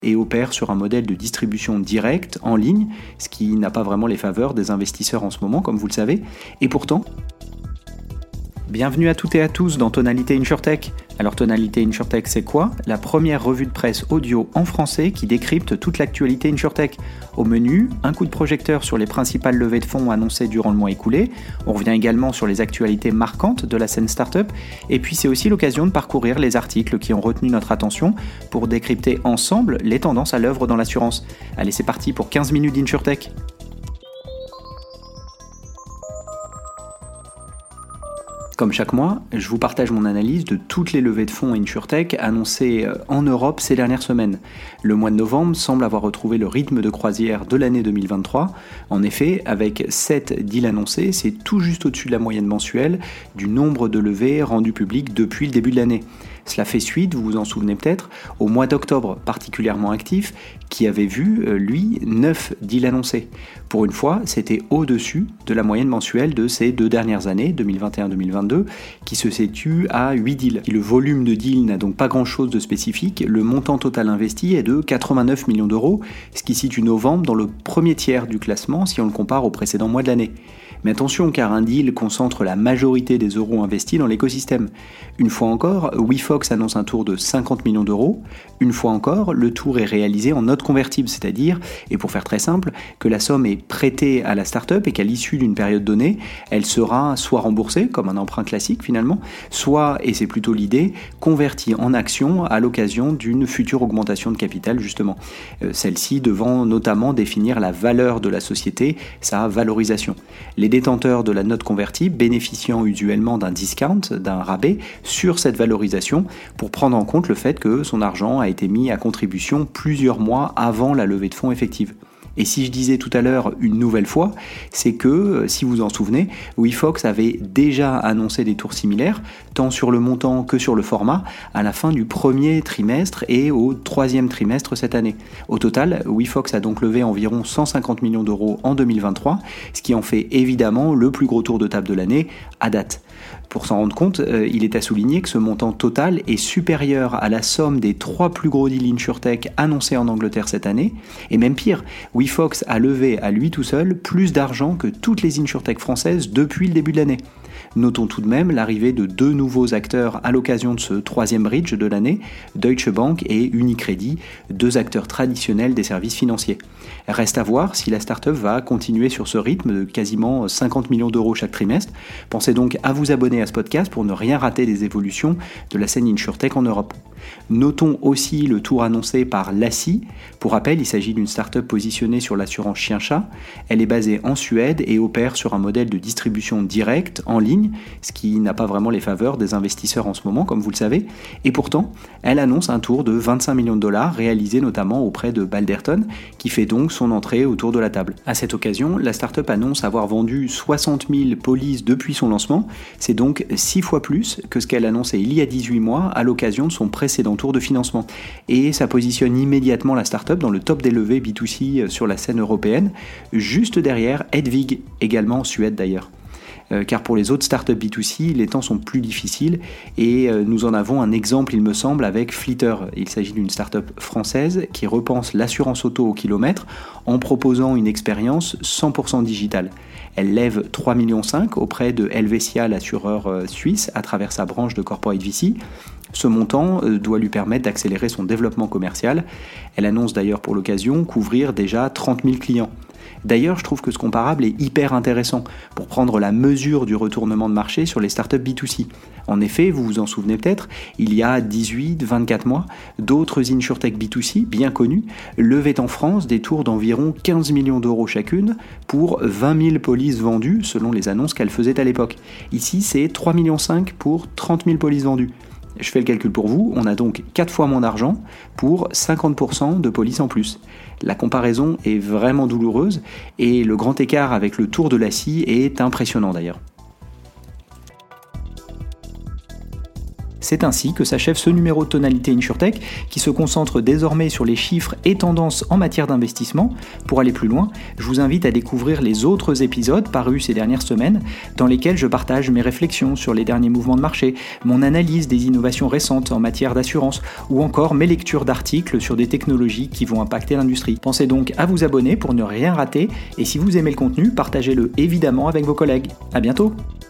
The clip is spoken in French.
et opère sur un modèle de distribution directe, en ligne, ce qui n'a pas vraiment les faveurs des investisseurs en ce moment, comme vous le savez. Et pourtant, bienvenue à toutes et à tous dans Tonalité InsurTech. Alors Tonalité InsurTech, c'est quoi ? La première revue de presse audio en français qui décrypte toute l'actualité InsurTech. Au menu, un coup de projecteur sur les principales levées de fonds annoncées durant le mois écoulé. On revient également sur les actualités marquantes de la scène startup. Et puis c'est aussi l'occasion de parcourir les articles qui ont retenu notre attention pour décrypter ensemble les tendances à l'œuvre dans l'assurance. Allez, c'est parti pour 15 minutes d'InsurTech. Comme chaque mois, je vous partage mon analyse de toutes les levées de fonds InsurTech annoncées en Europe ces dernières semaines. Le mois de novembre semble avoir retrouvé le rythme de croisière de l'année 2023. En effet, avec 7 deals annoncés, c'est tout juste au-dessus de la moyenne mensuelle du nombre de levées rendues publiques depuis le début de l'année. Cela fait suite, vous vous en souvenez peut-être, au mois d'octobre particulièrement actif, qui avait vu, lui, 9 deals annoncés. Pour une fois, c'était au-dessus de la moyenne mensuelle de ces 2 dernières années, 2021-2022, qui se situe à 8 deals. Le volume de deals n'a donc pas grand-chose de spécifique, le montant total investi est de 89 millions d'euros, ce qui situe novembre dans le premier tiers du classement si on le compare au précédent mois de l'année. Mais attention, car un deal concentre la majorité des euros investis dans l'écosystème. Une fois encore, WeFox annonce un tour de 50 millions d'euros. Une fois encore, le tour est réalisé en note convertible, c'est-à-dire, et pour faire très simple, que la somme est prêtée à la startup et qu'à l'issue d'une période donnée, elle sera soit remboursée, comme un emprunt classique finalement, soit, et c'est plutôt l'idée, convertie en actions à l'occasion d'une future augmentation de capital justement. Celle-ci devant notamment définir la valeur de la société, sa valorisation. Les détenteurs de la note convertible bénéficiant usuellement d'un discount, d'un rabais sur cette valorisation pour prendre en compte le fait que son argent a été mis à contribution plusieurs mois avant la levée de fonds effective. Et si je disais tout à l'heure une nouvelle fois, c'est que, si vous en souvenez, WeFox avait déjà annoncé des tours similaires, tant sur le montant que sur le format, à la fin du premier trimestre et au troisième trimestre cette année. Au total, WeFox a donc levé environ 150 millions d'euros en 2023, ce qui en fait évidemment le plus gros tour de table de l'année à date. Pour s'en rendre compte, il est à souligner que ce montant total est supérieur à la somme des 3 plus gros deals InsurTech annoncés en Angleterre cette année, et même pire, WeFox a levé à lui tout seul plus d'argent que toutes les InsurTech françaises depuis le début de l'année. Notons tout de même l'arrivée de 2 nouveaux acteurs à l'occasion de ce 3e bridge de l'année, Deutsche Bank et Unicredit, 2 acteurs traditionnels des services financiers. Reste à voir si la startup va continuer sur ce rythme de quasiment 50 millions d'euros chaque trimestre. Pensez donc à vous abonner à ce podcast pour ne rien rater des évolutions de la scène InsurTech en Europe. Notons aussi le tour annoncé par Lassi. Pour rappel, il s'agit d'une startup positionnée sur l'assurance chien-chat. Elle est basée en Suède et opère sur un modèle de distribution directe, en ligne, ce qui n'a pas vraiment les faveurs des investisseurs en ce moment, comme vous le savez. Et pourtant, elle annonce un tour de 25 millions de dollars réalisé notamment auprès de Balderton, qui fait donc son entrée autour de la table. À cette occasion, la startup annonce avoir vendu 60 000 polices depuis son lancement. C'est donc 6 fois plus que ce qu'elle annonçait il y a 18 mois à l'occasion de son précédent tour de financement. Et ça positionne immédiatement la startup dans le top des levées B2C sur la scène européenne, juste derrière Hedvig, également en Suède d'ailleurs. Car pour les autres startups B2C, les temps sont plus difficiles et nous en avons un exemple, il me semble, avec Flitter. Il s'agit d'une startup française qui repense l'assurance auto au kilomètre en proposant une expérience 100% digitale. Elle lève 3,5 millions auprès de Helvetia, l'assureur suisse, à travers sa branche de Corporate VC. Ce montant doit lui permettre d'accélérer son développement commercial. Elle annonce d'ailleurs pour l'occasion couvrir déjà 30 000 clients. D'ailleurs, je trouve que ce comparable est hyper intéressant pour prendre la mesure du retournement de marché sur les startups B2C. En effet, vous vous en souvenez peut-être, il y a 18-24 mois, d'autres InsurTech B2C bien connus levaient en France des tours d'environ 15 millions d'euros chacune pour 20 000 polices vendues selon les annonces qu'elles faisaient à l'époque. Ici, c'est 3,5 millions pour 30 000 polices vendues. Je fais le calcul pour vous, on a donc 4 fois moins d'argent pour 50% de police en plus. La comparaison est vraiment douloureuse et le grand écart avec le tour de Lassi est impressionnant d'ailleurs. C'est ainsi que s'achève ce numéro de Tonalité InsurTech qui se concentre désormais sur les chiffres et tendances en matière d'investissement. Pour aller plus loin, je vous invite à découvrir les autres épisodes parus ces dernières semaines dans lesquels je partage mes réflexions sur les derniers mouvements de marché, mon analyse des innovations récentes en matière d'assurance ou encore mes lectures d'articles sur des technologies qui vont impacter l'industrie. Pensez donc à vous abonner pour ne rien rater et si vous aimez le contenu, partagez-le évidemment avec vos collègues. À bientôt!